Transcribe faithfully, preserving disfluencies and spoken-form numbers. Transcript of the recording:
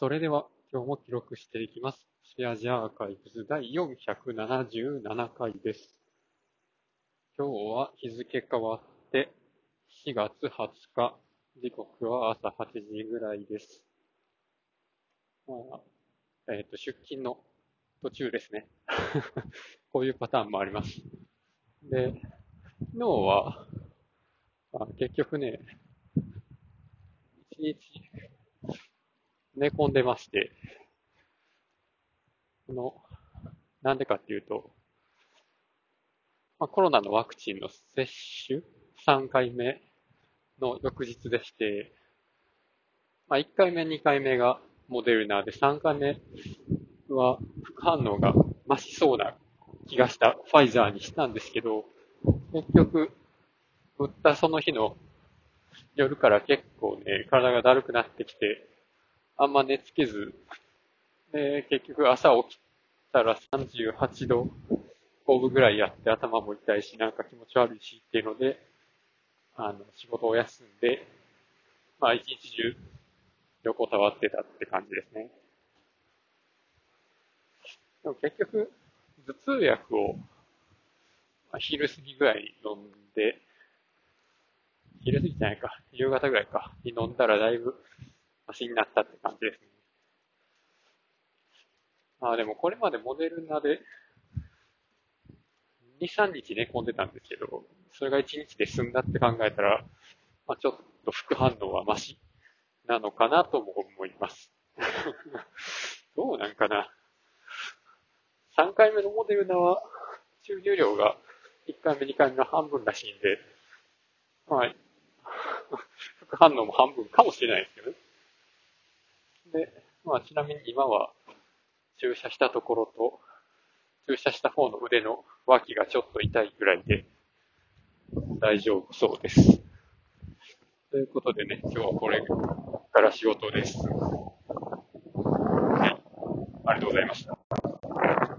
それでは、今日も記録していきます。シェアジアーカイブズだいよんひゃくななじゅうななかいです。今日は日付変わってしがつはつか、時刻は朝はちじぐらいです。まあ、えっと、出勤の途中ですね。こういうパターンもあります。で、昨日は、まあ、結局ね、一日寝込んでまして、この、なんでかっていうと、まあ、コロナのワクチンの接種さんかいめの翌日でして、まあ、いっかいめ、にかいめがモデルナで、さんかいめは副反応が増しそうな気がしたファイザーにしたんですけど、結局、打ったその日の夜から結構ね、体がだるくなってきて、あんま寝つけず、で結局朝起きたらさんじゅうはちどごぶぐらいやって頭も痛いし、なんか気持ち悪いしっていうので、あの、仕事を休んで、まあ一日中横たわってたって感じですね。でも結局、頭痛薬を、まあ、昼過ぎぐらいに飲んで、昼過ぎじゃないか、夕方ぐらいか、に飲んだらだいぶマシになったって感じですね。まあでもこれまでモデルナでに、さんにち寝込んでたんですけど、それがいちにちで済んだって考えたら、まあちょっと副反応はマシなのかなとも思います。どうなんかな。さんかいめのモデルナは注入量がいっかいめ、にかいめの半分らしいんで、まあ、副反応も半分かもしれないですけどね。で、まあちなみに今は注射したところと、注射した方の腕の脇がちょっと痛いくらいで大丈夫そうです。ということでね、今日はこれから仕事です。はい、ありがとうございました。